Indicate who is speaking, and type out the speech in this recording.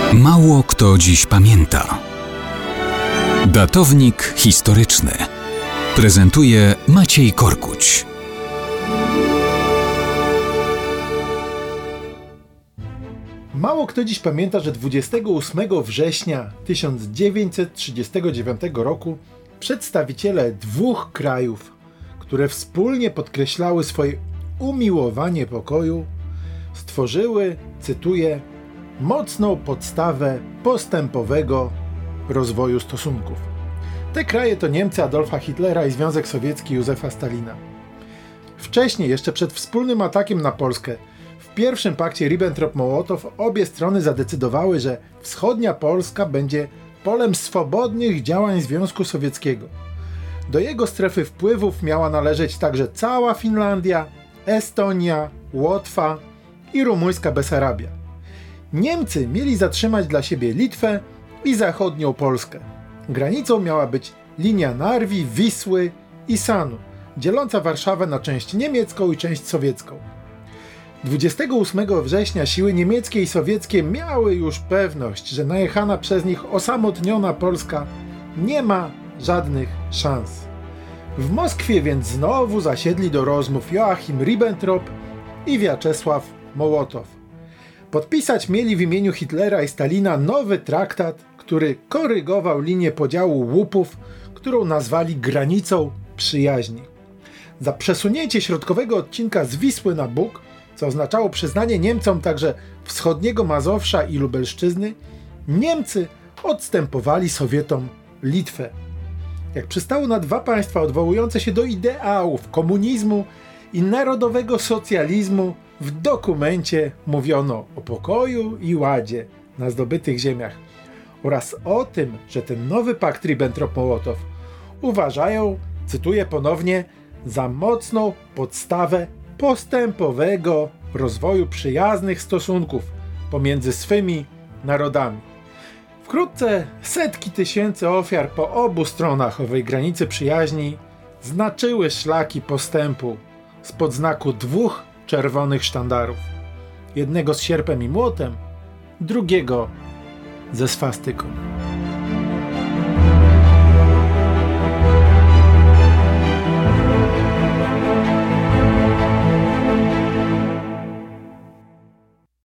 Speaker 1: Mało kto dziś pamięta. Datownik historyczny prezentuje Maciej Korkuć.
Speaker 2: Mało kto dziś pamięta, że 28 września 1939 roku przedstawiciele dwóch krajów, które wspólnie podkreślały swoje umiłowanie pokoju, stworzyły, cytuję, mocną podstawę postępowego rozwoju stosunków. Te kraje to Niemcy Adolfa Hitlera i Związek Sowiecki Józefa Stalina. Wcześniej, jeszcze przed wspólnym atakiem na Polskę, w pierwszym pakcie Ribbentrop-Mołotow obie strony zadecydowały, że wschodnia Polska będzie polem swobodnych działań Związku Sowieckiego. Do jego strefy wpływów miała należeć także cała Finlandia, Estonia, Łotwa i rumuńska Besarabia. Niemcy mieli zatrzymać dla siebie Litwę i zachodnią Polskę. Granicą miała być linia Narwi, Wisły i Sanu, dzieląca Warszawę na część niemiecką i część sowiecką. 28 września siły niemieckie i sowieckie miały już pewność, że najechana przez nich osamotniona Polska nie ma żadnych szans. W Moskwie więc znowu zasiedli do rozmów Joachim Ribbentrop i Wiaczesław Mołotow. Podpisać mieli w imieniu Hitlera i Stalina nowy traktat, który korygował linię podziału łupów, którą nazwali granicą przyjaźni. Za przesunięcie środkowego odcinka z Wisły na Bug, co oznaczało przyznanie Niemcom także wschodniego Mazowsza i Lubelszczyzny, Niemcy odstępowali Sowietom Litwę. Jak przystało na dwa państwa odwołujące się do ideałów komunizmu i narodowego socjalizmu, w dokumencie mówiono o pokoju i ładzie na zdobytych ziemiach oraz o tym, że ten nowy pakt Ribbentrop-Mołotow uważają, cytuję ponownie, za mocną podstawę postępowego rozwoju przyjaznych stosunków pomiędzy swymi narodami. Wkrótce setki tysięcy ofiar po obu stronach owej granicy przyjaźni znaczyły szlaki postępu spod znaku dwóch czerwonych sztandarów. Jednego z sierpem i młotem, drugiego ze swastyką.